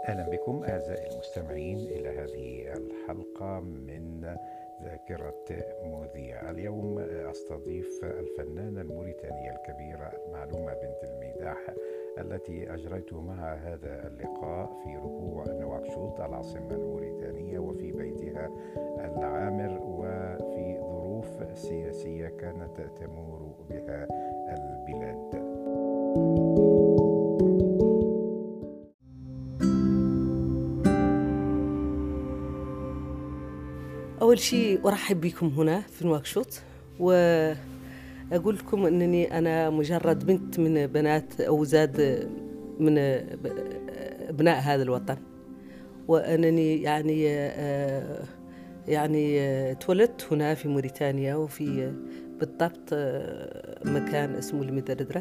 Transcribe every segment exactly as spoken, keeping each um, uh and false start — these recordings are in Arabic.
أهلا بكم أعزائي المستمعين إلى هذه الحلقة من ذاكرة مذيع. اليوم أستضيف الفنانة الموريتانية الكبيرة معلومة بنت الميداح التي أجريت معها هذا اللقاء في ربوع نواكشوط العاصمة الموريتانية وفي بيتها العامر وفي ظروف سياسية كانت تمر بها البلاد. أول شيء أرحب بكم هنا في نواكشوط، وأقول لكم أنني أنا مجرد بنت من بنات أوزاد من أبناء هذا الوطن، وأنني يعني يعني تولدت هنا في موريتانيا، وفي بالضبط مكان اسمه المدردرة،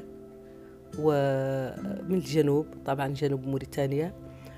ومن الجنوب طبعا جنوب موريتانيا.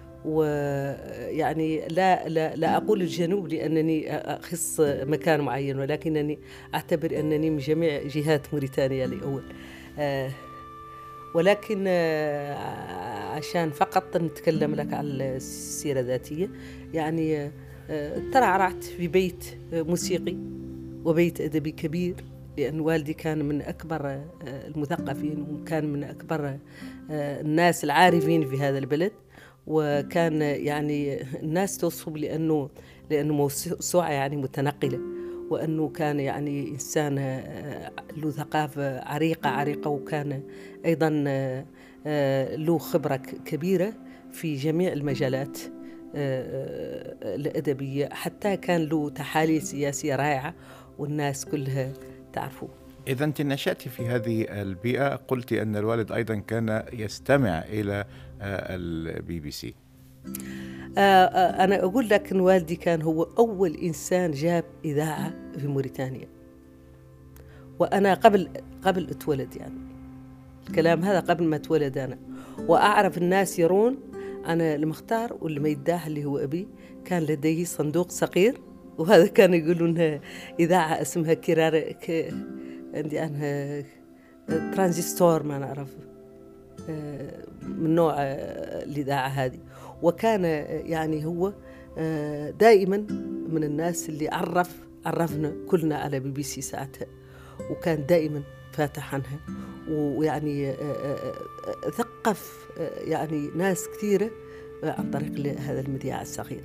ويعني لا لا لا أقول الجنوب لأنني أخص مكان معين، ولكنني أعتبر أنني من جميع جهات موريتانيا لأول. آه ولكن آه عشان فقط نتكلم لك عن السيرة الذاتية، يعني آه ترعرعت في بيت موسيقي وبيت أدبي كبير، لأن والدي كان من أكبر المثقفين وكان من أكبر الناس العارفين في هذا البلد، وكان يعني الناس توصف لأنه لأنه موسوعة يعني متنقلة، وأنه كان يعني إنسان له ثقافة عريقة عريقة، وكان أيضا له خبرة كبيرة في جميع المجالات الأدبية، حتى كان له تحاليل سياسية رائعة والناس كلها تعرفه. إذا أنت نشأت في هذه البيئة، قلت أن الوالد أيضا كان يستمع إلى البي بي سي. أنا أقول لك أن والدي كان هو أول إنسان جاب إذاعة في موريتانيا، وأنا قبل قبل أتولد، يعني الكلام هذا قبل ما أتولد أنا، وأعرف الناس يرون. أنا المختار والميداح اللي هو أبي كان لديه صندوق صغير، وهذا كان يقولون إذاعة اسمها كرار ك... عندي أنا ترانزستور ما نعرف من نوع الإذاعة هذه. وكان يعني هو دائما من الناس اللي عرف عرفنا كلنا على بي بي سي ساعتها، وكان دائما فاتح عنها، ويعني ثقف يعني ناس كثيرة عن طريق هذا المذياع الصغير.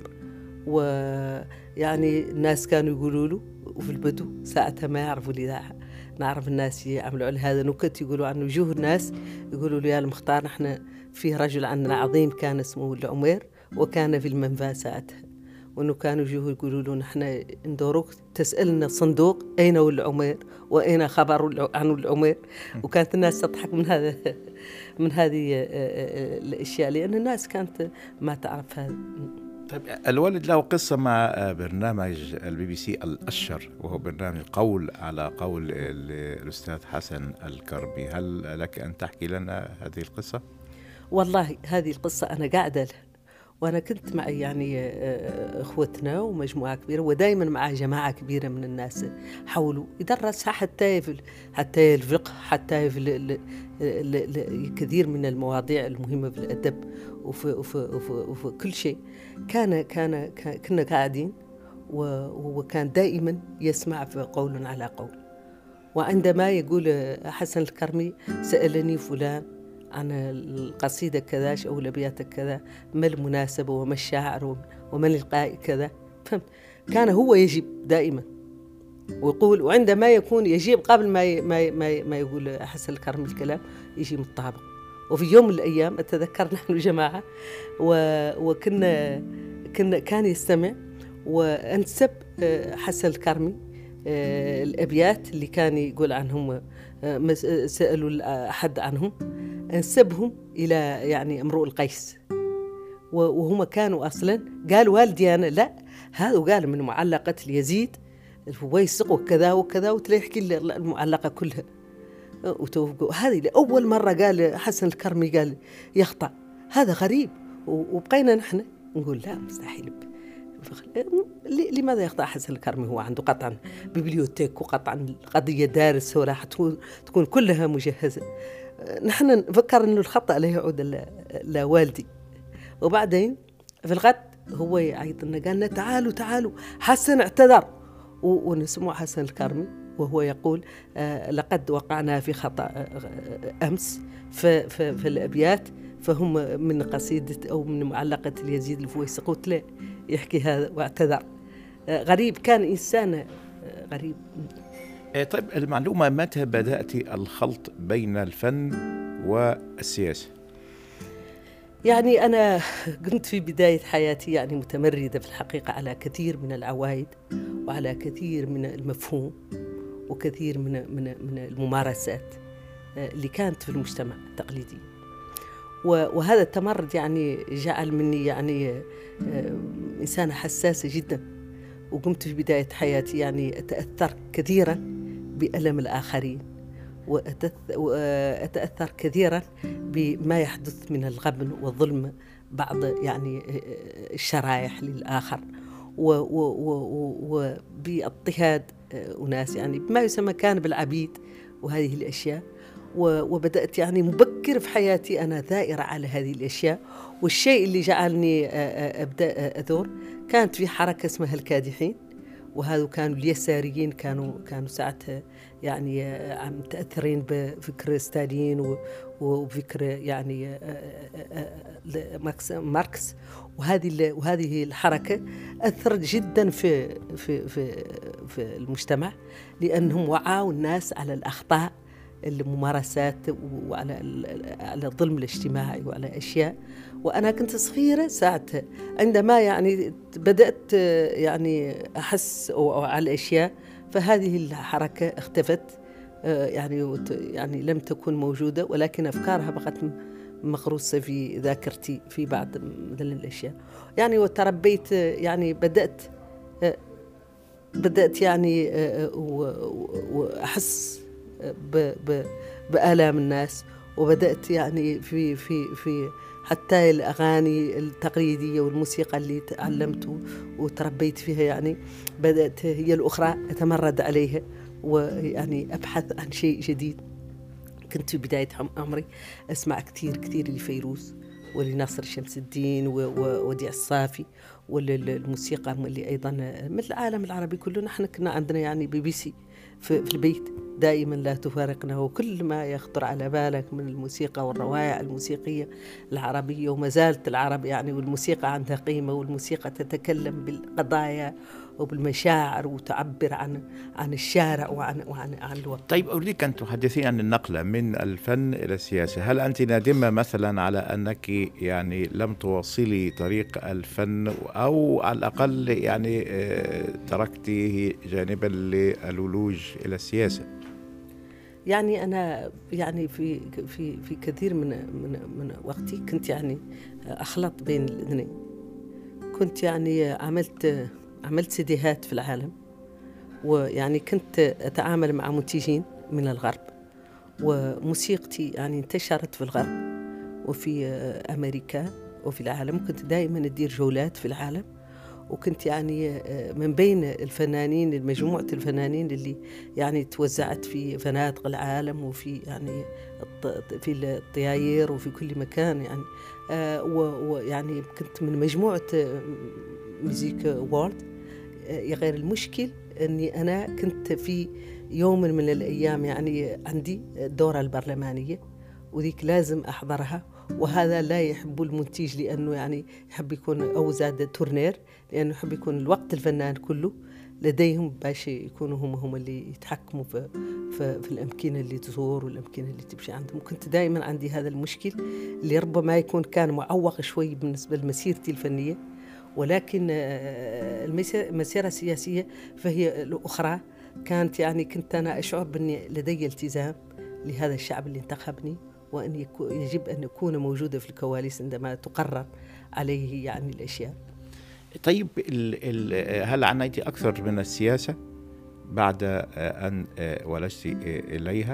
ويعني الناس كانوا يقولوا له، وفي البدو ساعتها ما يعرفوا الإذاعة، نعرف الناس يعملوا على هذا نكت، يقولوا عنه وجوه الناس يقولوا له يا المختار نحن فيه رجل عندنا عظيم كان اسمه العمير، وكان في المنفى ساعتها، وانه كانوا يجوا يقولوا له نحن ندورك تسألنا صندوق اين هو العمير واين خبر عنه العمير. وكانت الناس تضحك من هذا من هذه الاشياء، لان الناس كانت ما تعرف هذا. طيب، الوالد له قصة مع برنامج البي بي سي الأشهر، وهو برنامج قول على قول الأستاذ حسن الكرمي. هل لك أن تحكي لنا هذه القصة؟ والله هذه القصة أنا قاعدة لها، وأنا كنت مع يعني أخوتنا ومجموعة كبيرة، ودائما مع جماعة كبيرة من الناس حولوا يدرسها، حتى في حتى الفقه، حتى في كثير من المواضيع المهمة في الأدب وفي, وفي, وفي, وفي كل شيء. كان كان كنا قاعدين، وكان دائما يسمع في قول على قول. وعندما يقول حسن الكرمي سألني فلان عن القصيدة كذا أو الأبيات كذا، ما المناسبة وما الشاعر ومن القائل كذا، فهمت؟ كان هو يجيب دائما ويقول، وعندما يكون يجيب قبل ما ما ما, ما يقول حسن الكرمي الكلام يجي متطابق. وفي يوم من الأيام أتذكر نحن جماعة وكنا كنا كان يستمع وانسب حسن الكرمي الأبيات اللي كان يقول عنهم، سألوا أحد عنهم انسبهم إلى يعني امرؤ القيس، وهم كانوا أصلا قال والدي أنا لا، هذا قال من معلقة اليزيد الفويسق وكذا وكذا، وتلاقي يحكي المعلقة كلها. هذه لأول مرة قال حسن الكرمي قال يخطأ، هذا غريب. وبقينا نحن نقول لا مستحيل، لماذا يخطأ حسن الكرمي؟ هو عنده قطعا بيبليوتيك وقطعا قضية دارس وراح تكون كلها مجهزة. نحن نفكر أنه الخطأ لا يعود لوالدي. وبعدين في الغد هو يعيط لنا، قال لنا تعالوا تعالوا حسن اعتذر، ونسمع حسن الكرمي وهو يقول آه لقد وقعنا في خطأ آه أمس في, في, في الأبيات، فهم من قصيدة أو من معلقة اليزيد الفويسق، قلت له يحكي هذا واعتذر. آه غريب، كان إنسان آه غريب. طيب المعلومة، متى بدأت الخلط بين الفن والسياسة؟ يعني أنا كنت في بداية حياتي يعني متمردة في الحقيقة على كثير من العوائد وعلى كثير من المفهوم وكثير من من من الممارسات اللي كانت في المجتمع التقليدي، وهذا التمرد يعني جعل مني يعني إنسانة حساسة جدا، وقمت في بداية حياتي يعني أتأثر كثيرا بألم الآخرين، وأتأثر كثيرا بما يحدث من الغبن والظلم بعض يعني الشرائح للآخر، وباضطهاد أناس يعني بما يسمى كان بالعبيد وهذه الأشياء. وبدأت يعني مبكر في حياتي أنا ثائرة على هذه الأشياء. والشيء اللي جعلني أبدأ أثور كانت في حركة اسمها الكادحين، وهذا كانوا اليساريين، كانوا كانوا ساعتها يعني عم متأثرين بفكر ستالين وفكر يعني ماركس، وهذه وهذه الحركة أثرت جدا في في في في المجتمع، لأنهم وعوا الناس على الأخطاء الممارسات وعلى على الظلم الاجتماعي وعلى أشياء. وأنا كنت صغيرة ساعتها، عندما يعني بدأت يعني أحس على الأشياء، فهذه الحركة اختفت يعني يعني لم تكن موجودة، ولكن أفكارها بقت مغروسة في ذاكرتي في بعض من الأشياء يعني. وتربيت يعني بدأت بدأت يعني وأحس بآلام الناس، وبدأت يعني في في في حتى الأغاني التقليدية والموسيقى اللي تعلمت وتربيت فيها يعني بدأت هي الأخرى أتمرد عليها، ويعني أبحث عن شيء جديد. كنت في بداية عمري أسمع كثير كثير لفيروز ولناصر شمس الدين ووديع الصافي والموسيقى اللي أيضا مثل العالم العربي كله. نحن كنا عندنا يعني بي بي سي في, في البيت دائما لا تفارقنا، وكل ما يخطر على بالك من الموسيقى والروائع الموسيقية العربية، وما زالت العرب يعني والموسيقى عندها قيمة، والموسيقى تتكلم بالقضايا وبالمشاعر وتعبر عن عن الشارع وعن وعن عن الوطن. طيب أريدك أن تحدثي عن النقلة من الفن إلى السياسة. هل أنت نادمة مثلا على أنك يعني لم تواصلي طريق الفن، أو على الأقل يعني تركتيه جانبا للولوج إلى السياسة؟ يعني أنا يعني في في في كثير من من من وقتي كنت يعني أخلط بين الاثنين. كنت يعني عملت عملت سيديهات في العالم، ويعني كنت أتعامل مع منتجين من الغرب، وموسيقتي يعني انتشرت في الغرب وفي أمريكا وفي العالم. كنت دائما أدير جولات في العالم، وكنت يعني من بين الفنانين المجموعة الفنانين اللي يعني توزعت في فنادق العالم وفي يعني في الطياير وفي كل مكان يعني. ويعني كنت من مجموعة ميوزيك وورد. غير المشكل أني أنا كنت في يوم من الأيام يعني عندي الدورة البرلمانية، وذيك لازم أحضرها، وهذا لا يحب المنتج لأنه يعني يحب يكون أو زاد تورنير، لأنه يحب يكون الوقت الفنان كله لديهم باش يكونوا هم هم اللي يتحكموا في, في, في الأمكنة اللي تزور والأمكنة اللي تمشي عندهم. وكنت دائما عندي هذا المشكل اللي ربما يكون كان معوق شوي بالنسبة لمسيرتي الفنية، ولكن المسيرة السياسية فهي الأخرى كانت يعني كنت أنا أشعر بأني لدي التزام لهذا الشعب اللي انتخبني، وأن يجب أن أكون موجودة في الكواليس عندما تقرر عليه يعني الأشياء. طيب ال ال هل عانيتي أكثر من السياسة بعد أن ولجت إليها؟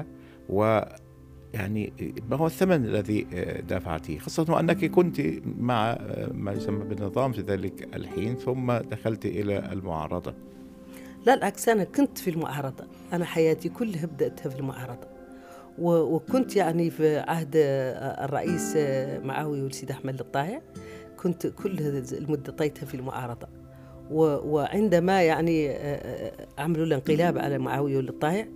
ويعني ما هو الثمن الذي دفعتيه، خاصة وأنك كنت مع ما يسمى بالنظام في ذلك الحين ثم دخلت إلى المعارضة؟ لا العكس، أنا كنت في المعارضة. أنا حياتي كلها بدأتها في المعارضة، وكنت يعني في عهد الرئيس معاوي والسيد أحمد الطايع كنت كل هذه المدة طيتها في المعارضة. وعندما يعني عملوا الانقلاب على معاوية للطائع،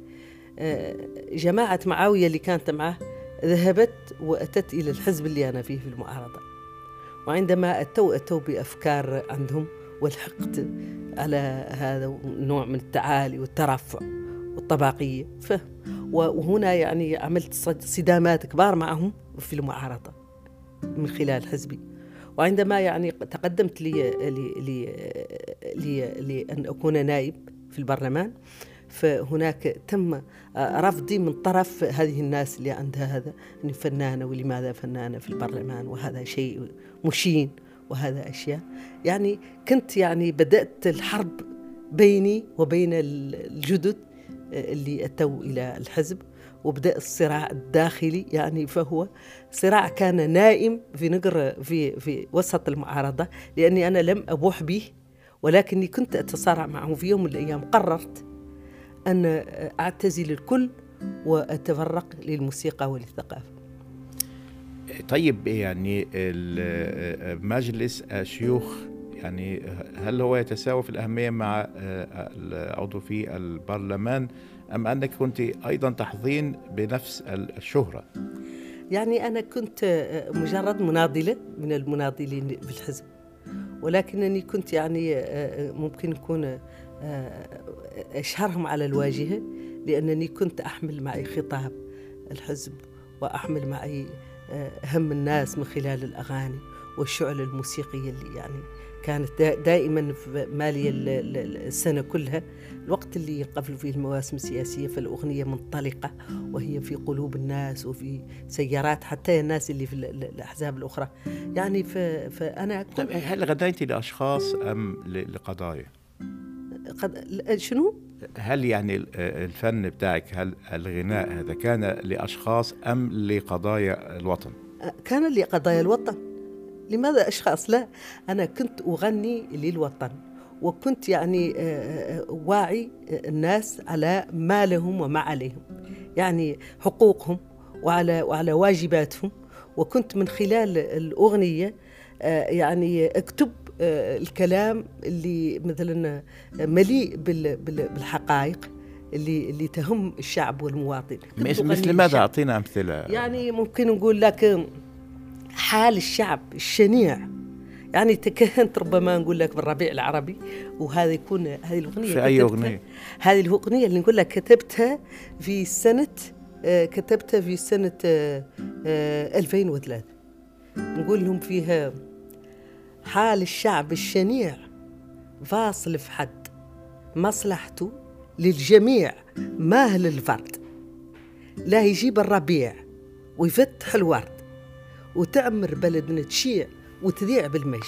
جماعة معاوية اللي كانت معه ذهبت وأتت إلى الحزب اللي أنا فيه في المعارضة، وعندما أتوا أتوا بأفكار عندهم، والحقت على هذا النوع من التعالي والترفع والطبقية. وهنا يعني عملت صدامات كبار معهم في المعارضة من خلال حزبي. وعندما يعني تقدمت لي لي لي لي لأن أكون نائب في البرلمان، فهناك تم رفضي من طرف هذه الناس اللي عندها هذا أني فنانة، ولماذا فنانة في البرلمان، وهذا شيء مشين، وهذا أشياء يعني كنت يعني بدأت الحرب بيني وبين الجدد اللي أتوا إلى الحزب، وبدأ الصراع الداخلي يعني. فهو صراع كان نائم في نقر في في وسط المعارضة، لأني أنا لم أبوح به، ولكني كنت أتصارع معه. في يوم من الأيام قررت أن أعتزل الكل وأتفرق للموسيقى وللثقافة. طيب يعني مجلس الشيوخ يعني هل هو يتساوى في الأهمية مع العضو في البرلمان، أم أنك كنت أيضا تحظين بنفس الشهرة؟ يعني أنا كنت مجرد مناضلة من المناضلين في الحزب، ولكنني كنت يعني ممكن أكون أشهرهم على الواجهة، لأنني كنت أحمل معي خطاب الحزب، وأحمل معي هم الناس من خلال الأغاني والشعلة الموسيقية اللي يعني كانت دائما في مالية السنة كلها. الوقت اللي يقفلوا فيه المواسم السياسية، فالأغنية منطلقة وهي في قلوب الناس وفي سيارات حتى الناس اللي في الأحزاب الأخرى يعني. فأنا هل غنيتي لأشخاص أم لقضايا؟ قد... شنو؟ هل يعني الفن بتاعك، هل الغناء هذا كان لأشخاص أم لقضايا الوطن؟ كان لقضايا الوطن. لماذا أشخاص؟ لا، أنا كنت أغني للوطن، وكنت يعني واعي الناس على ما لهم وما عليهم، يعني حقوقهم وعلى وعلى واجباتهم. وكنت من خلال الأغنية يعني أكتب الكلام اللي مثلا مليء بالحقائق اللي اللي تهم الشعب والمواطن. مثل ماذا؟ أعطينا أمثلة. يعني ممكن نقول لك حال الشعب الشنيع، يعني تكهنت ربما نقول لك بالربيع العربي، وهذا يكون هذه الأغنية في أي أغنية؟ هذه الأغنية اللي نقول لك كتبتها في سنة كتبتها في سنة ألفين وثلاثة. نقول لهم فيها حال الشعب الشنيع فاصل في حد، مصلحته للجميع ماهل الفرد، لا يجيب الربيع ويفتح الورد، وتعمر بلدنا تشيع وتذيع بالمجد.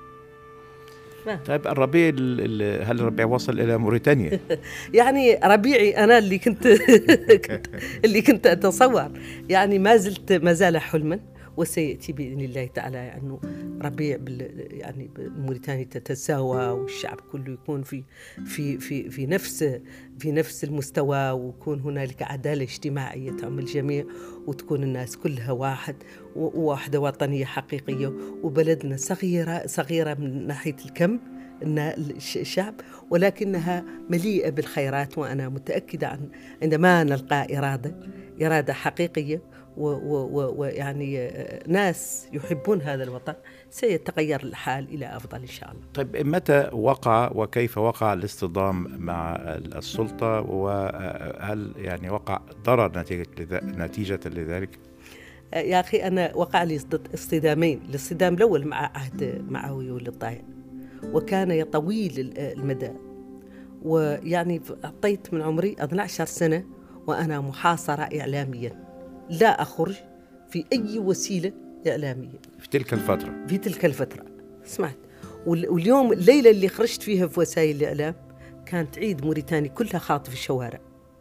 طيب الربيع، هل الربيع وصل إلى موريتانيا؟ يعني ربيعي أنا اللي كنت اللي كنت أتصور، يعني ما زلت ما زال حلما، وسيأتي بإذن الله تعالى أنه ربيع يعني موريتانيا تتساوى، والشعب كله يكون في في في في نفس في نفس المستوى، ويكون هنالك عدالة اجتماعية تعم الجميع، وتكون الناس كلها واحد ووحدة وطنية حقيقية، وبلدنا صغيرة صغيرة من ناحية الكم الشعب، ولكنها مليئة بالخيرات. وأنا متأكدة عن عندما نلقى إرادة إرادة حقيقية ويعني ناس يحبون هذا الوطن، سيتغير الحال إلى أفضل إن شاء الله. طيب متى وقع وكيف وقع الاصطدام مع السلطة، وهل يعني وقع ضرر نتيجة نتيجة لذلك؟ يا أخي أنا وقع لي اصطدامين. الاصطدام الأول مع عهد معاوية للطائع، وكان طويل المدى، ويعني أعطيت من عمري اثنتي عشرة سنة وأنا محاصرة إعلاميا، لا أخرج في أي وسيلة إعلامية في تلك الفترة في تلك الفترة سمعت. واليوم الليلة اللي خرجت فيها في وسائل الإعلام كانت عيد موريتاني كلها خاطف الشوارع،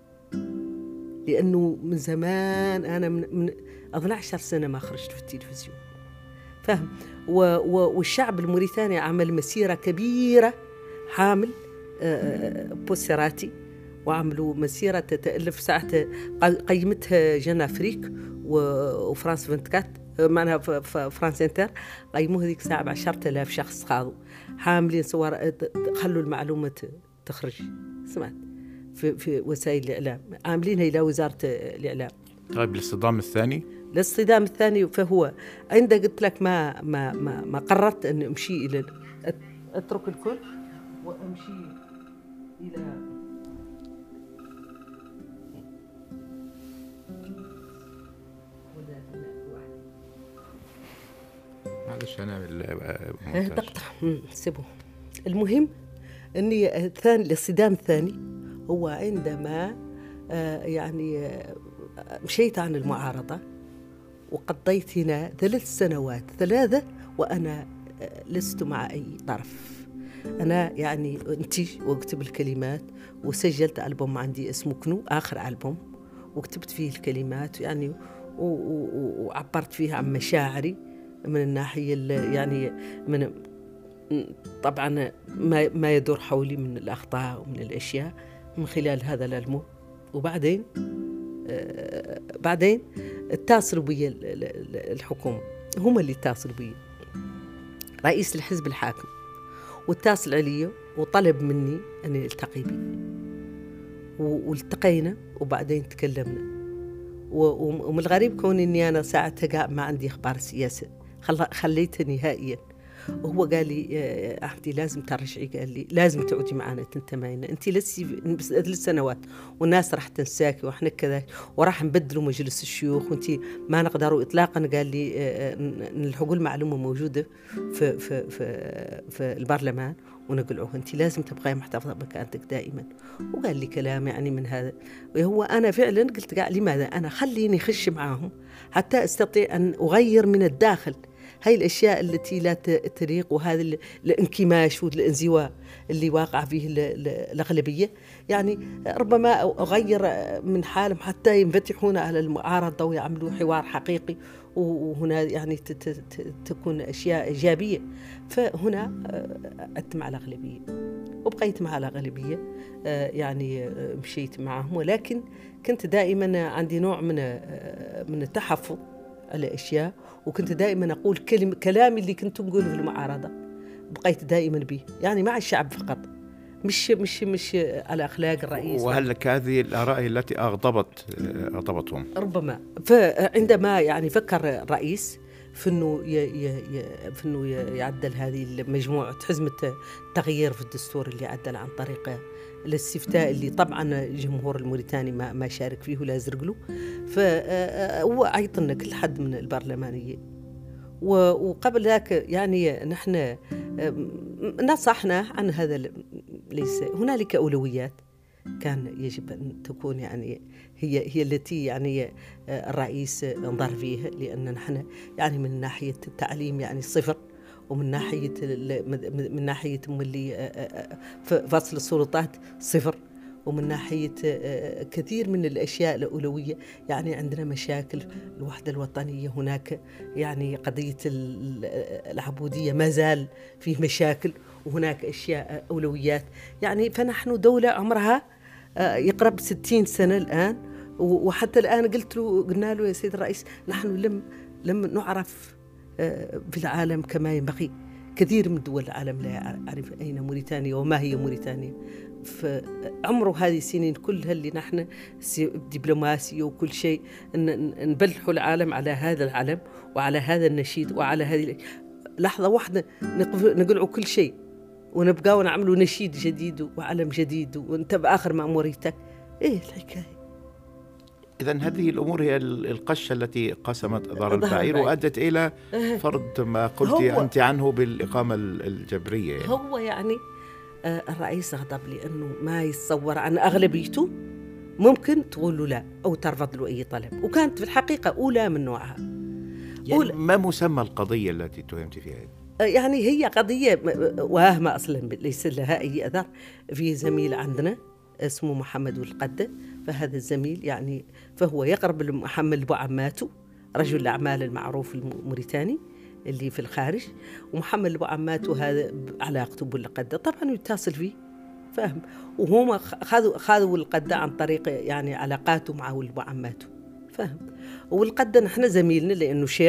لأنه من زمان أنا من, من اثنتي عشرة سنة ما خرجت في التلفزيون، فهم. والشعب الموريتاني عمل مسيرة كبيرة، حامل بوسيراتي، وعملوا مسيرة تتألف ساعة قيمتها جان أفريك وفرانس فنتكات معناها في فرانس انتر قيموا هذيك الساعة بعشرة آلاف شخص خاضوا حاملين صور، خلوا المعلومة تخرج، سمعت في, في وسائل الإعلام، عاملينها إلى وزارة الإعلام. طيب الاصطدام الثاني؟ الاصطدام الثاني فهو عند قلت لك ما ما ما, ما قررت أن أمشي إلى أترك الكل وأمشي إلى معلش أنا تقطع سيبه. المهم أني الثاني الاصطدام الثاني هو عندما آه يعني آه مشيت عن المعارضة وقضيت هنا ثلاث سنوات ثلاثة وأنا آه لست مع أي طرف. أنا يعني أنتج وأكتب الكلمات وسجلت ألبوم عندي اسمه كنو، آخر ألبوم، وكتبت فيه الكلمات يعني وعبرت فيها عن مشاعري من الناحية يعني من طبعا ما ما يدور حولي من الأخطاء ومن الأشياء من خلال هذا الألبوم. وبعدين آه بعدين اتصلوا بي الحكومة، هم اللي اتصلوا بي، رئيس الحزب الحاكم، واتصل علي وطلب مني أن التقي بي، والتقينا وبعدين تكلمنا. ومن الغريب كون إني أنا ساعتها ما عندي أخبار سياسة، خليتها نهائيا. وهو قال لي أحمدي لازم ترجعي، قال لي لازم تقعدي معنا تنتمينا، أنت لسي ثلاث سنوات والناس راح تنساكي وإحنا كذا وراح نبدلوا مجلس الشيوخ وأنت ما نقدروا إطلاقا. قال لي نلحقوا المعلومة موجودة في في في في البرلمان ونقلعوها، أنت لازم تبقي محتفظة بمكانتك دائما. وقال لي كلام يعني من هذا. وهو أنا فعلا قلت قال لماذا أنا خليني خش معاهم حتى أستطيع أن أغير من الداخل هاي الأشياء التي لا تليق، وهذا الانكماش والانزواء اللي واقع فيه الأغلبية. يعني ربما أغير من حالهم حتى ينفتحون على المعارضة ويعملوا حوار حقيقي، وهنا يعني تكون أشياء إيجابية. فهنا أتم على الأغلبية وبقيت مع الأغلبية، يعني مشيت معهم، ولكن كنت دائما عندي نوع من من التحفظ على أشياء، وكنت دائما أقول كلمة كلامي اللي كنت أقوله في المعارضة بقيت دائما به، يعني مع الشعب فقط، مش مش مش على أخلاق الرئيس. وهل لك هذه الآراء التي أغضبت أغضبتهم؟ ربما. فعندما يعني فكر الرئيس في إنه في إنه يعدل هذه مجموعة حزمة التغيير في الدستور اللي عدل عن طريق الاستفتاء اللي طبعا الجمهور الموريتاني ما ما شارك فيه ولا زرق له، فهو أعطنا كل حد من البرلمانيين. وقبل ذاك يعني نحن نصحنا عن هذا، ليس هنالك أولويات كان يجب أن تكون يعني هي هي التي يعني الرئيس انظر فيها، لأن نحن يعني من ناحية التعليم يعني صفر، ومن ناحية من ناحية اللي فصل السلطات صفر، ومن ناحية كثير من الأشياء الأولوية. يعني عندنا مشاكل الوحدة الوطنية، هناك يعني قضية العبودية ما زال فيه مشاكل، وهناك أشياء أولويات. يعني فنحن دولة عمرها يقرب ستين سنة الآن، وحتى الآن قلت له قلنا له يا سيد الرئيس نحن لم لم نعرف في العالم كما ينبغي. كثير من دول العالم لا يعرف أين موريتانيا وما هي موريتانيا. فعمره هذه السنين كلها اللي نحن دبلوماسية وكل شيء نبلحوا العالم على هذا العلم وعلى هذا النشيد وعلى هذه لحظة واحدة نقلعوا كل شيء ونبقى ونعملوا نشيد جديد وعلم جديد وانت بآخر مأموريتك. ايه الحكاية؟ إذن هذه الأمور هي القشة التي قسمت ظهر البعير وأدت إلى فرض ما قلت أنت عنه بالإقامة الجبرية. يعني. هو يعني آه الرئيس غضب لأنه ما يتصور عن أغلبيته ممكن تقول له لا أو ترفض له أي طلب، وكانت في الحقيقة أولى من نوعها. يعني أولى. ما مسمى القضية التي تهمت فيها؟ آه يعني هي قضية واهمة أصلا ليس لها أي أثر. في زميل عندنا اسمه محمد القدة، فهذا الزميل يعني فهو يقرب لمحمد بوعماتو رجل الأعمال المعروف الموريتاني اللي في الخارج، ومحمد بوعماتو هذا علاقته بالقدة طبعا يتصل فيه فاهم، وهم خذوا خذوا القدة عن طريق يعني علاقاته مع بوعماتو فاهم. والقدة نحن زميلنا لأنه شيخ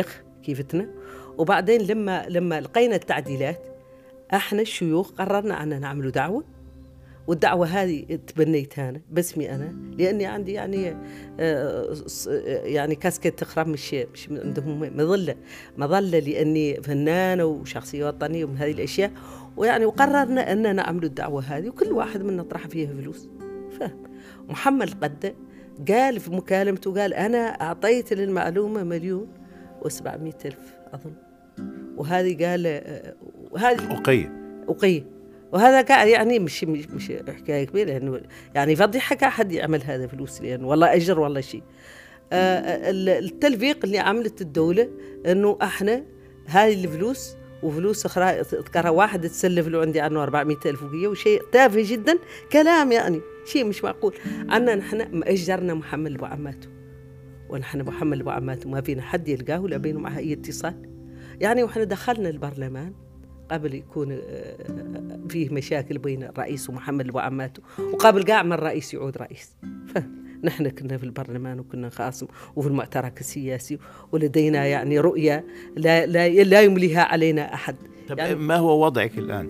كيفتنا. وبعدين لما لما لقينا التعديلات احنا الشيوخ قررنا أن نعمل دعوة، والدعوة هذه تبنيتها أنا باسمي أنا، لأني عندي يعني آه يعني كاسكت تخرم مش مش عندهم مظلة مظلة لأني فنانة وشخصية وطنية ومن هذه الأشياء. ويعني وقررنا أننا نعمل الدعوة هذه وكل واحد منا طرح فيها فلوس. فهم محمد القدة قال في مكالمته، قال أنا أعطيت للمعلومة مليون وسبعمائة ألف أظن، وهذه قال آه وهذه أوقية أوقية وهذا قاعد يعني مش مش مش حكايه كبيره، لانه يعني فضيحه احد يعمل هذا فلوس، لانه والله اجر والله شيء. آه التلفيق اللي عملت الدوله انه احنا هذه الفلوس وفلوس اخرى تذكرها واحد تسلف له عندي عنه أربعمائة ألف وقيه، وشيء تافه جدا، كلام يعني شيء مش معقول. عنا نحن مأجرنا محمد ابو عماته، ونحن محمد ابو عماته ما فينا حد يلقاه ولا بينه معه اي اتصال يعني. وإحنا دخلنا البرلمان قبل يكون فيه مشاكل بين الرئيس ومحمد ابو عماته، وقبل قاع ما الرئيس يعود رئيس. فنحن كنا في البرلمان وكنا خاصم وفي المعترك السياسي، ولدينا يعني رؤية لا لا لا يمليها علينا أحد. طب يعني ما هو وضعك الآن؟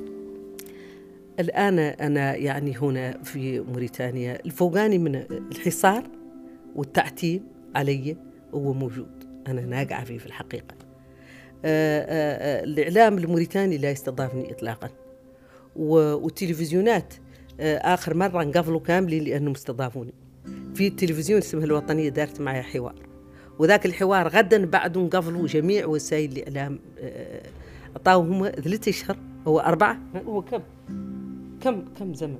الآن أنا يعني هنا في موريتانيا الفوقاني من الحصار والتعتيم علي هو موجود، أنا ناقعة فيه في الحقيقة. آآ آآ الإعلام الموريتاني لا يستضافني إطلاقا، والتلفزيونات آخر مرة انقفلوا كاملين لأنهم استضافوني. في التلفزيون اسمه الوطنية دارت معي حوار، وذاك الحوار غدا بعد انقفلوا جميع وسائل الإعلام. أعطاهم ثلاثة أشهر هو أربعة هو كم كم كم زمن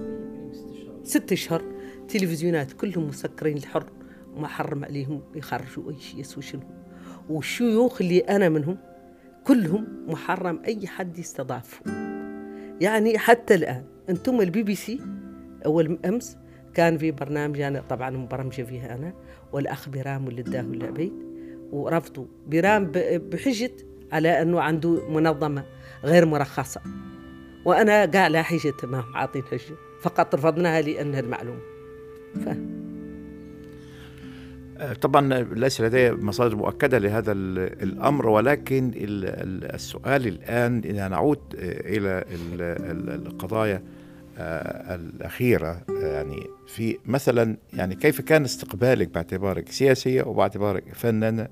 ست أشهر تلفزيونات كلهم مسكرين الحر وما حرم عليهم يخرجوا أي شيء يسوي شنو. والشيوخ اللي أنا منهم كلهم محرم أي حد يستضافهم. يعني حتى الآن أنتم البي بي سي أول أمس كان في برنامج أنا طبعا مبرمجة فيها أنا والأخ برام واللي اداه العبيد، ورفضوا برام بحجة على أنه عنده منظمة غير مرخصة، وأنا قاع لا حجة ما عاطين حجة، فقط رفضناها لأنها المعلومة. فهم طبعا ليس لدي مصادر مؤكدة لهذا الأمر، ولكن السؤال الآن إذا نعود إلى القضايا الأخيرة، يعني في مثلا يعني كيف كان استقبالك باعتبارك سياسية وباعتبارك فنانة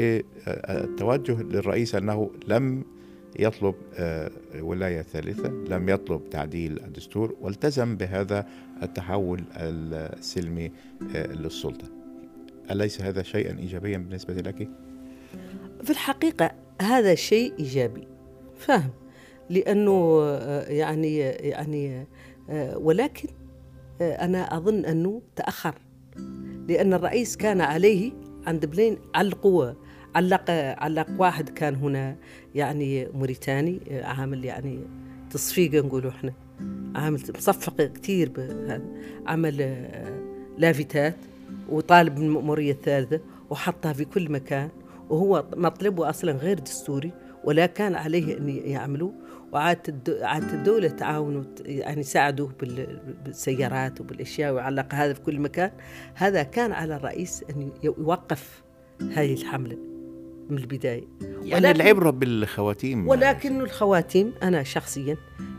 للتوجه للرئيس أنه لم يطلب ولاية ثالثة، لم يطلب تعديل الدستور، والتزم بهذا التحول السلمي للسلطة؟ أليس هذا شيئا إيجابيا بالنسبة لك؟ في الحقيقة هذا شيء إيجابي، فهم، لأنه يعني يعني ولكن أنا أظن أنه تأخر، لأن الرئيس كان عليه عند بلين علقوا علق علق واحد كان هنا يعني موريتاني عامل يعني تصفيق نقولوا إحنا، عامل مصفق كتير بهذا، عمل لافتات وطالب من المأمورية الثالثة وحطها في كل مكان، وهو مطلبه أصلا غير دستوري ولا كان عليه أن يعملوه. وعادت الدولة تعاونوا يعني ساعدوه بالسيارات وبالأشياء وعلق هذا في كل مكان. هذا كان على الرئيس أن يوقف هذه الحملة من البداية. يعني العبرة بالخواتيم، ولكن الخواتيم أنا شخصيا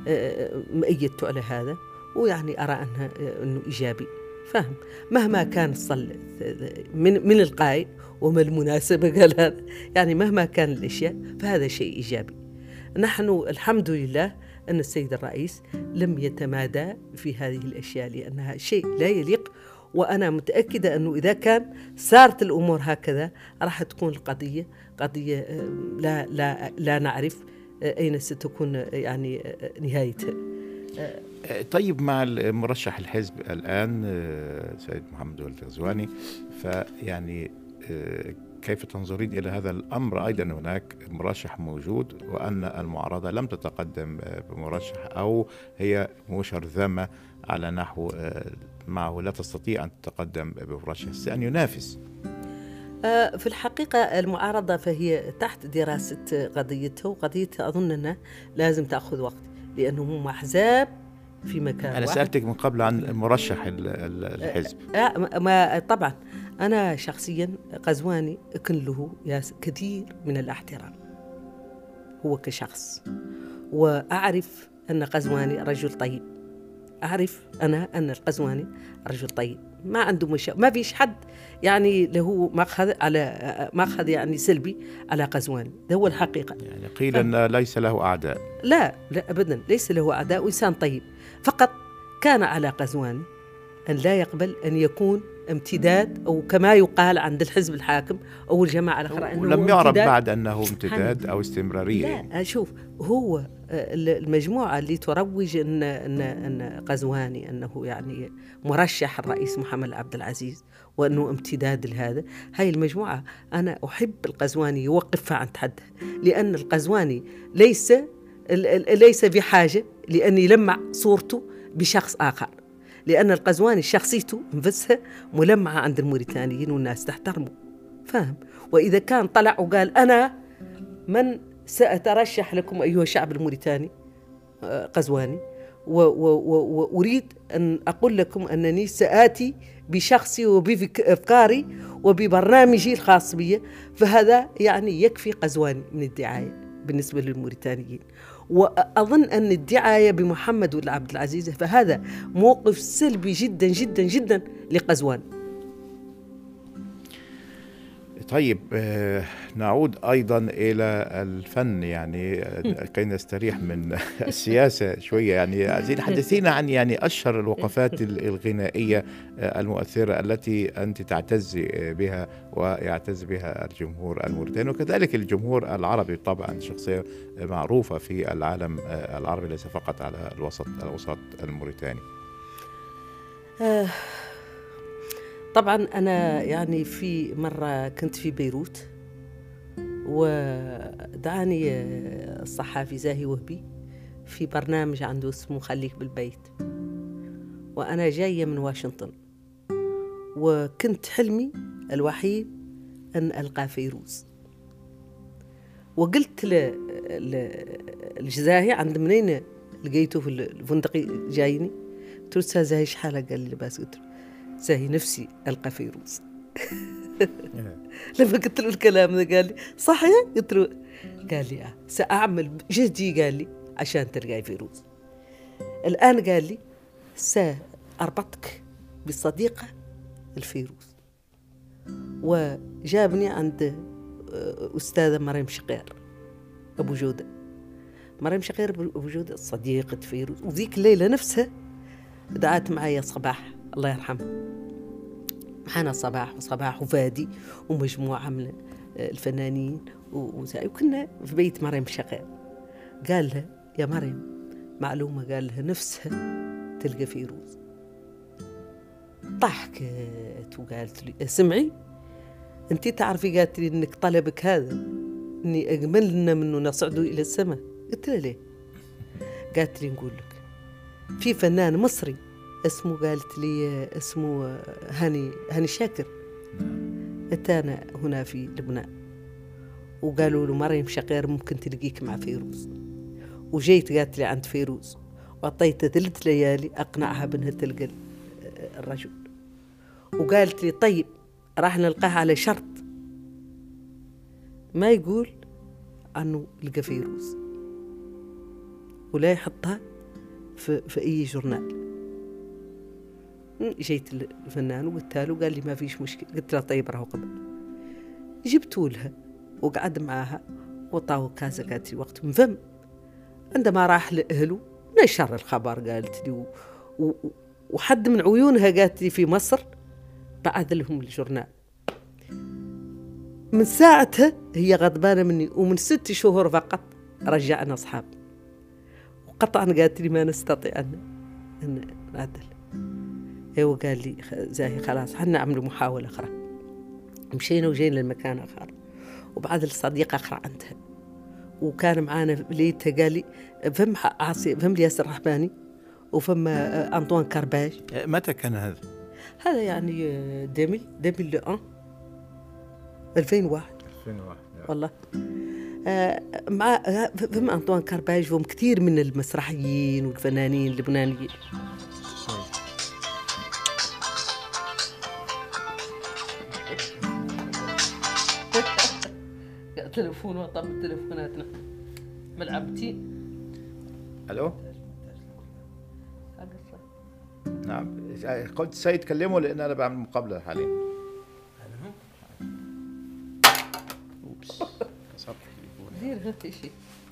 مؤيدت على هذا، ويعني أرى أنه أنه إيجابي. فهم مهما كان الصل من من القائد وما المناسبة قال هذا، يعني مهما كان الأشياء فهذا شيء إيجابي. نحن الحمد لله أن السيد الرئيس لم يتمادى في هذه الأشياء لأنها شيء لا يليق، وأنا متأكدة أنه إذا كان صارت الأمور هكذا راح تكون القضية قضية لا لا لا نعرف أين ستكون يعني نهايتها. طيب مع المرشح الحزب الآن سيد محمد ولد الغزواني، فيعني كيف تنظرين إلى هذا الأمر؟ أيضا هناك مرشح موجود وأن المعارضة لم تتقدم بمرشح أو هي مشرذمة على نحو معه لا تستطيع أن تتقدم بمرشح أن ينافس. في الحقيقة المعارضة فهي تحت دراسة قضيتها، وقضيتها أظن أنها لازم تأخذ وقت، لأنهم هم أحزاب في مكان أنا واحد. سألتك من قبل عن مرشح ال- ال- الحزب. آه ما- ما طبعا أنا شخصيا قزواني كن له ياس كثير من الاحترام هو كشخص، وأعرف أن قزواني رجل طيب. أعرف أنا أن القزواني رجل طيب، ما عنده مشا... ما فيش حد يعني له مأخذ على مأخذ يعني سلبي على قزواني، ده هو الحقيقة. يعني قيل أن ليس له أعداء. لا لا أبدا، ليس له أعداء وإنسان طيب، فقط كان على قزواني أن لا يقبل أن يكون امتداد أو كما يقال عند الحزب الحاكم أو الجماعة الأخرى أنه ولم يعرف امتداد. بعد أنه امتداد أو استمرارية. لا أشوف هو المجموعة اللي تروج أن أن أن قزواني أنه يعني مرشح الرئيس محمد عبد العزيز وأنه امتداد لهذا، هاي المجموعة أنا أحب القزواني يوقفها عند حدها، لأن القزواني ليس ليس بحاجة لأن يلمع صورته بشخص آخر، لأن القزواني شخصيته نفسها ملمعة عند الموريتانيين والناس تحترمه، فاهم؟ وإذا كان طلع وقال أنا من سأترشح لكم أيها الشعب الموريتاني قزواني، وأريد أن أقول لكم أنني سآتي بشخصي وبأفكاري وببرنامجي الخاص بي، فهذا يعني يكفي قزواني من الدعاية بالنسبة للموريتانيين. وأظن أن الدعاية بمحمد عبد العزيز فهذا موقف سلبي جدا جدا جدا لقزوان. طيب نعود أيضا إلى الفن، يعني كي نستريح من السياسة شوية. يعني عايزين حدثينا عن يعني أشهر الوقفات الغنائية المؤثرة التي أنت تعتز بها ويعتز بها الجمهور الموريتاني وكذلك الجمهور العربي. طبعا شخصية معروفة في العالم العربي ليس فقط على الوسط الوسط الموريتاني. آه طبعا أنا يعني في مرة كنت في بيروت ودعاني الصحافي زاهي وهبي في برنامج عنده اسمه خليك بالبيت، وأنا جاية من واشنطن، وكنت حلمي الوحيد أن ألقى فيروز. وقلت لزاهي عند منين لقيته في الفندق جايني، قلت له أستاذ زاهي إيش حالك؟ قال لي لباس. قلت له زاهي نفسي ألقى فيروز. لما قلت له الكلام ده قال لي صحيح؟ قلت له قال لي آه سأعمل جهدي قال لي عشان تلقاي فيروز. الآن قال لي سأربطك بصديقة الفيروز، وجابني عند أستاذة مريم شقير أبو جودة. مريم شقير أبو جودة صديقة فيروز، وذيك الليلة نفسها دعت معي صباح الله يرحمه، معنا صباح وصباح وفادي ومجموعة من الفنانين وزي، وكنا في بيت مريم شقير. قال لها يا مريم معلومة، قال لها نفسها تلقى فيروز. ضحكت وقالت لي سمعي انتي تعرفي، قالت لي انك طلبك هذا اني اجملنا منه نصعده الى السماء. قلت لها ليه؟ قالت لي نقول لك في فنان مصري اسمه، قالت لي اسمه هاني هاني شاكر، اتانا هنا في لبنان وقالوا له مريم شقير ممكن تلقيك مع فيروز، وجيت قالت لي عند فيروز وعطيتها ثلاث ليالي اقنعها بانها تلقى الرجل، وقالت لي طيب راح نلقاها على شرط ما يقول عنه لقى فيروز ولا يحطها في, في اي جورنال. جيت الفنان وقلت له، قال لي ما فيش مشكله. قلت له طيب راهو قبل. جبتوا لها وقعد معها وطاو كاسه، قالت لي وقت من فم. عندما راح لاهله نشر الخبر قالت لي و... و... وحد من عيونها قالت لي في مصر بعث لهم الجورنال. من ساعتها هي غضبانه مني، ومن ست شهور فقط رجعنا اصحاب، وقطعا قالت لي ما نستطيع ان ان نعدل. ايوه قال لي زاهي خلاص حنا عملوا محاوله اخرى. مشينا وجينا للمكان اخر، وبعد الصديقه اخرى عندها، وكان معانا ليتها قال لي فهم عاصي، فهم ياسر الرحباني، وفهم انطوان كارباج. متى كان هذا؟ هذا يعني ألفين وواحد ألفين وواحد ألفين وواحد والله. آه مع فهم أنطوان كارباج وهم كثير من المسرحيين والفنانين اللبنانيين. تليفون وطب تليفوناتنا ملعبتي. الو نعم قلت سيد كلمه لان انا بعمل مقابله حاليا. اوبس كسرت التليفون. دير هيك شيء.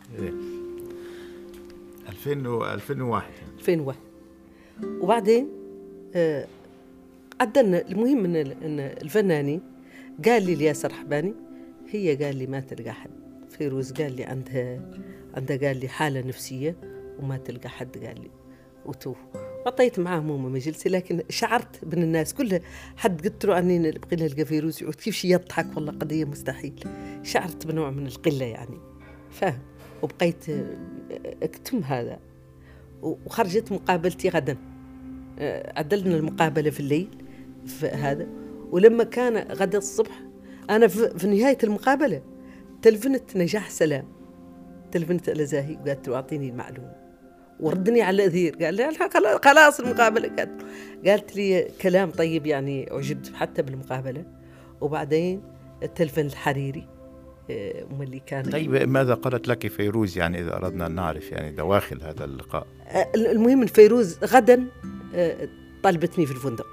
ألفين وواحد ألفين وواحد وبعدين آه عدلنا. المهم ان ان الفنانين قال لي الياسر حباني، هي قال لي ما تلقى حد. فيروز قال لي عندها عندها قال لي حالة نفسية وما تلقى حد. قال لي وتوه. عطيت معاهم هم مجلسي، لكن شعرت بين الناس كلها حد قلت له عني نبغي نلقى فيروز يعود كيف شي يضحك، والله قضية مستحيل. شعرت بنوع من القلة يعني، فاهم. وبقيت اكتم هذا. وخرجت مقابلتي غدا، عدلنا المقابلة في الليل في هذا. ولما كان غدا الصبح أنا في نهاية المقابلة تلفنت نجاح سلام، تلفنت على زاهي وقالت له أعطيني المعلومة، وردني على الأثير. قال لي خلاص المقابلة. قالت, قالت لي كلام طيب يعني، أعجبت حتى بالمقابلة. وبعدين التلفن الحريري هم اللي كان. طيب ماذا قالت لك فيروز يعني إذا أردنا أن نعرف يعني دواخل هذا اللقاء؟ المهم فيروز غدا طلبتني في الفندق،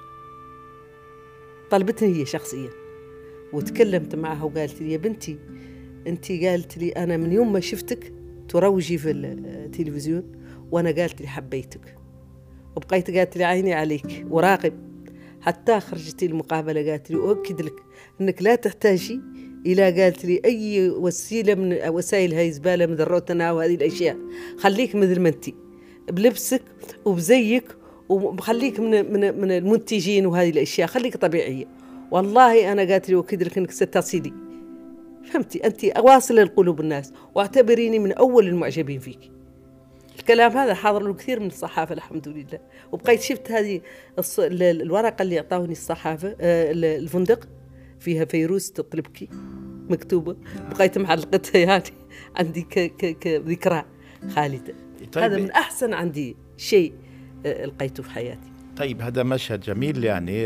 طلبتني هي شخصيا وتكلمت معها وقالت لي يا بنتي أنت، قالت لي أنا من يوم ما شفتك تروجي في التلفزيون وأنا قالت لي حبيتك، وبقيت قالت لي عيني عليك وراقب حتى خرجتي المقابلة. قالت لي أؤكد لك أنك لا تحتاجي إلى قالت لي أي وسيلة من وسائل هاي زبالة مذروتنا وهذه الأشياء، خليك مثل ما أنت بلبسك وبزيك، وخليك من من من المنتجين وهذه الأشياء، خليك طبيعية. والله أنا قالت لي أؤكد لك أنك ستصلي، فهمتي، أنت أواصل القلوب الناس واعتبريني من أول المعجبين فيك. الكلام هذا حاضر له كثير من الصحافة الحمد لله. وبقيت شفت هذه الورقة اللي أعطاوني الصحافة الفندق فيها فيروز تطلبك مكتوبة، بقيت معلقتها يعني عندي كذكرى خالدة. طيب هذا من أحسن عندي شيء لقيته في حياتي. طيب هذا مشهد جميل يعني،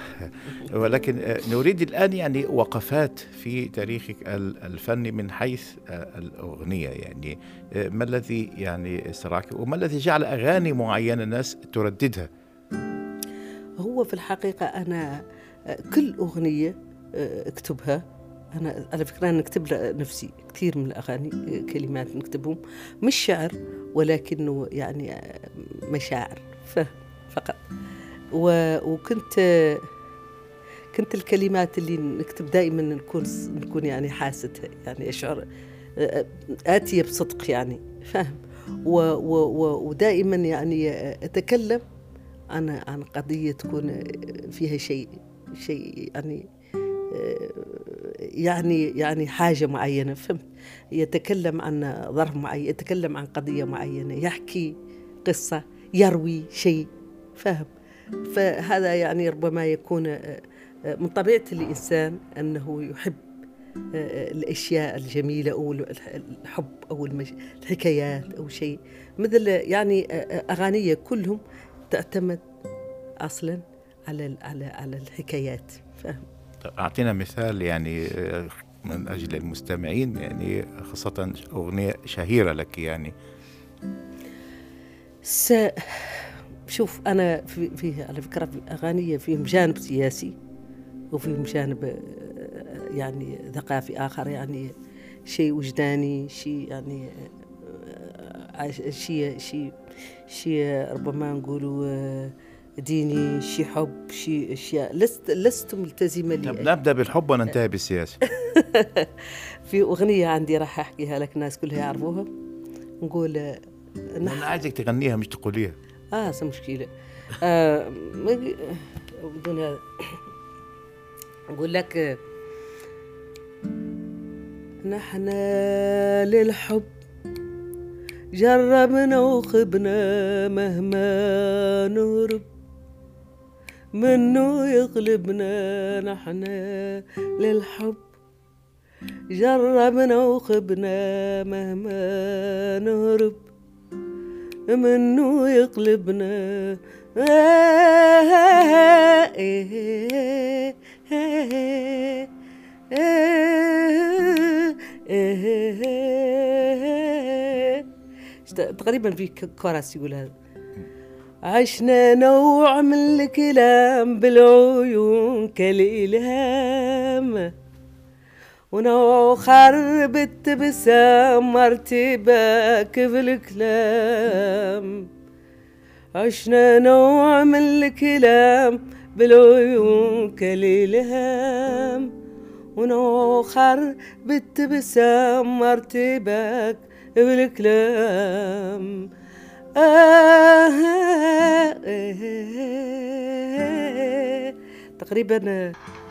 ولكن نريد الآن يعني وقفات في تاريخك الفني من حيث الأغنية، يعني ما الذي يعني سرعك وما الذي جعل أغاني معينة الناس ترددها؟ هو في الحقيقة أنا كل أغنية أكتبها، أنا على فكرة أنا نكتب نفسي كثير من الأغاني، كلمات نكتبهم مش شعر ولكنه يعني مشاعر فقط. وكنت كنت الكلمات اللي نكتب دائما نكون نكون يعني حاستها، يعني أشعر آتية بصدق يعني، فاهم. ودائما يعني أتكلم عن عن قضية تكون فيها شيء شيء يعني يعني يعني حاجة معينة، فهمت. يتكلم عن ظرف معين، يتكلم عن قضية معينة، يحكي قصة، يروي شيء، فهم. فهذا يعني ربما يكون من طبيعة الإنسان أنه يحب الأشياء الجميلة أو الحب أو الحكايات أو شيء مثل يعني أغانية كلهم تعتمد أصلا على على على الحكايات، فهم. أعطينا مثال يعني من أجل المستمعين، يعني خاصة أغنية شهيرة لك يعني. س شوف أنا في, في على فكرة في أغانية فيهم جانب سياسي وفيهم جانب يعني ثقافي آخر، يعني شيء وجداني، شيء يعني شيء شيء شيء ربما نقولوا ديني، شيء حب، شيء أشياء لست لست ملتزمة لي. طب نبدأ بالحب وننتهي بالسياسة. في أغنية عندي راح أحكيها لك، الناس كلها يعرفوها. نقول أنا عايزك تغنيها مش تقوليها. آه سو مشكلة. آه بدون هذا نقول لك نحن للحب جربنا وخبنا مهما نهرب منه يغلبنا، نحن للحب جربنا وخبنا مهما نهرب منه يقلبنا. تقريبا في كوراس يقول هذا. عشنا نوع من الكلام بالعيون كالإلهام، ونوع خرب التبسام مرتبك في الكلام. عشنا نوع من الكلام بالعيون كالإلهام، ونوع خرب التبسام مرتبك في الكلام. آه آه آه تقريبا.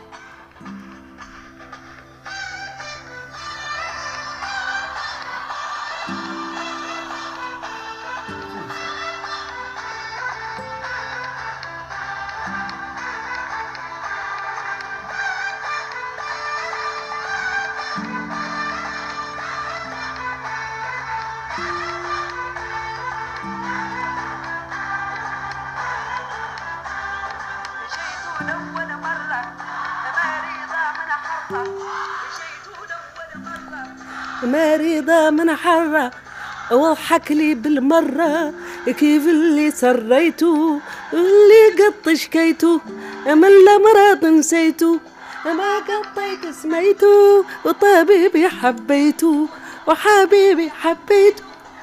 مريضة من حرة وضحك لي بالمرة كيف اللي سريته اللي قط شكيته من الأمراض نسيته ما قطيت سميته وطبيبي حبيته وحبيبي حبيته.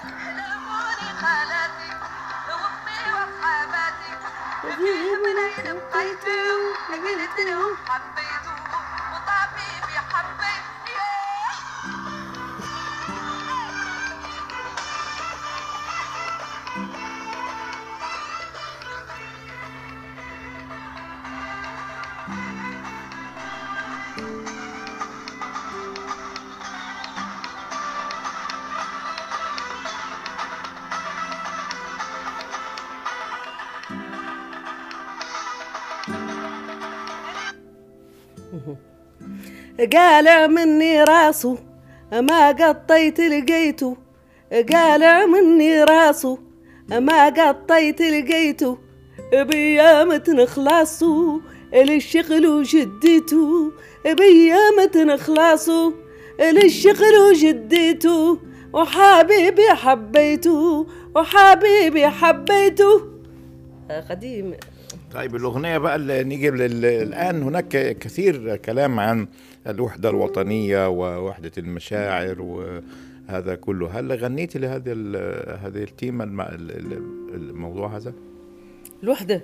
قالع مني راسه ما قطيت لقيته، قالع مني راسه ما قطيت لقيته، بيامة نخلصه للشغل وجديته، بيامة نخلصه للشغل وجديته، وحبيبي حبيته وحبيبي حبيته. قديم. طيب الأغنية بقى اللي نيجي الآن، هناك كثير كلام عن الوحدة الوطنية ووحدة المشاعر وهذا كله. هل غنيتي لهذه هذه التيمة الموضوع هذا؟ الوحدة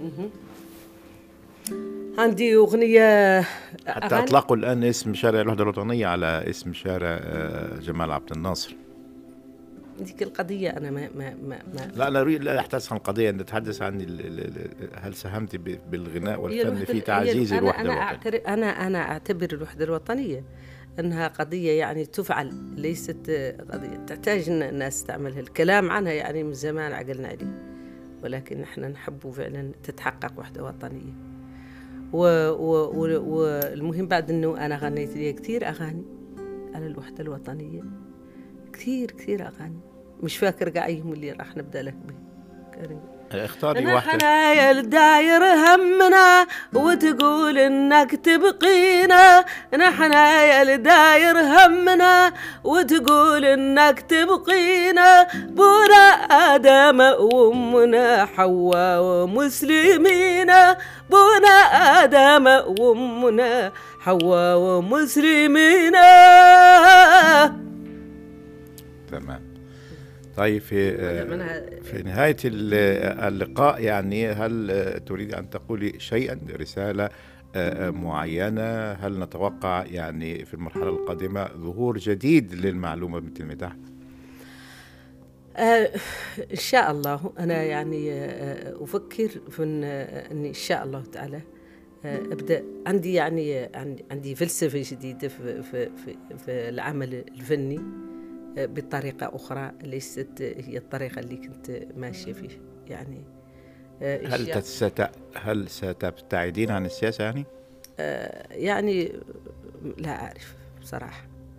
عندي أغنية حتى أطلقوا الآن اسم شارع الوحدة الوطنية على اسم شارع جمال عبد الناصر. ديك القضية أنا ما ما ما, ما لا أنا أريد لا أحتاج عن قضية، نتحدث عن هل ساهمت بالغناء والفن في تعزيز أنا الوحدة أنا الوطنية؟ أنا أنا أعتبر الوحدة الوطنية أنها قضية يعني تفعل، ليست قضية تحتاج الناس تعملها. الكلام عنها يعني من زمان عقلنا عليه، ولكن نحن نحب فعلا تتحقق وحدة وطنية. والمهم بعد أنه أنا غنيت لي كثير أغاني على الوحدة الوطنية، كثير كثير أغاني مش فاكر قاعيهم اللي راح نبدأ لك به. اختاري واحدة. نحن يا الداير همنا وتقول انك تبقينا، نحن يا الداير همنا وتقول انك تبقينا، بونا آدم وامنا حواء ومسلمين، بونا آدم وامنا حواء ومسلمين. تمام. طيب في في نهاية اللقاء يعني هل تريد أن تقولي شيئا، رسالة معينة؟ هل نتوقع يعني في المرحلة القادمة ظهور جديد للمعلومة بنت المداح؟ آه إن شاء الله. أنا يعني آه أفكر في أن إن شاء الله تعالى آه أبدأ عندي يعني عندي, عندي فلسفة جديدة في, في, في, في العمل الفني بطريقة أخرى ليست هي الطريقة اللي كنت ماشية فيه يعني. هل تست... هل ستبتعدين عن السياسة يعني؟ يعني لا أعرف بصراحة.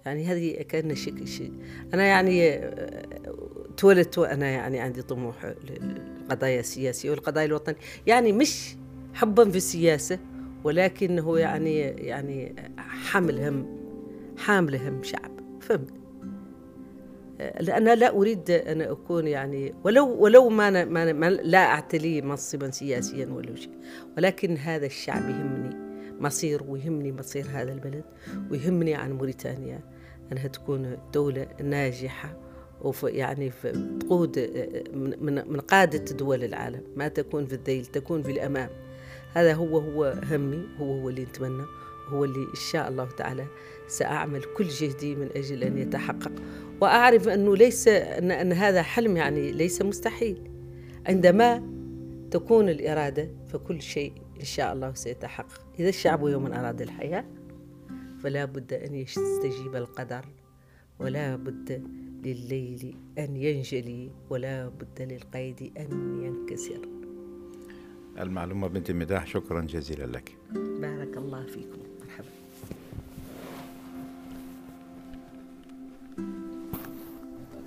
يعني هذه كأنه شيء شيء أنا يعني تولدت وأنا يعني عندي طموح للقضايا السياسية والقضايا الوطنية، يعني مش حبا في السياسة، ولكنه يعني يعني حامل هم، حامل هم شعب، فهمت؟ لأن لا أريد أن أكون يعني ولو ولو ما, أنا ما, أنا ما لا أعتلي منصبا سياسيا ولا شيء، ولكن هذا الشعب يهمني مصير، ويهمني مصير هذا البلد، ويهمني عن موريتانيا أنها تكون دولة ناجحة، وف يعني تقود من من قادة دول العالم، ما تكون في الذيل، تكون في الأمام. هذا هو هو همي، هو هو اللي نتمنى، هو اللي إن شاء الله تعالى سأعمل كل جهدي من أجل أن يتحقق. وأعرف أنه ليس أن, أن هذا حلم يعني ليس مستحيل. عندما تكون الإرادة فكل شيء إن شاء الله سيتحقق. إذا الشعب يوما أراد الحياة فلا بد أن يستجيب القدر، ولا بد لليل أن ينجلي، ولا بد للقيد أن ينكسر. المعلومة بنت مداح، شكرا جزيلا لك. بارك الله فيكم. مرحبا.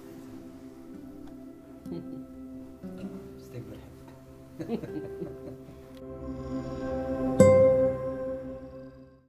استقبل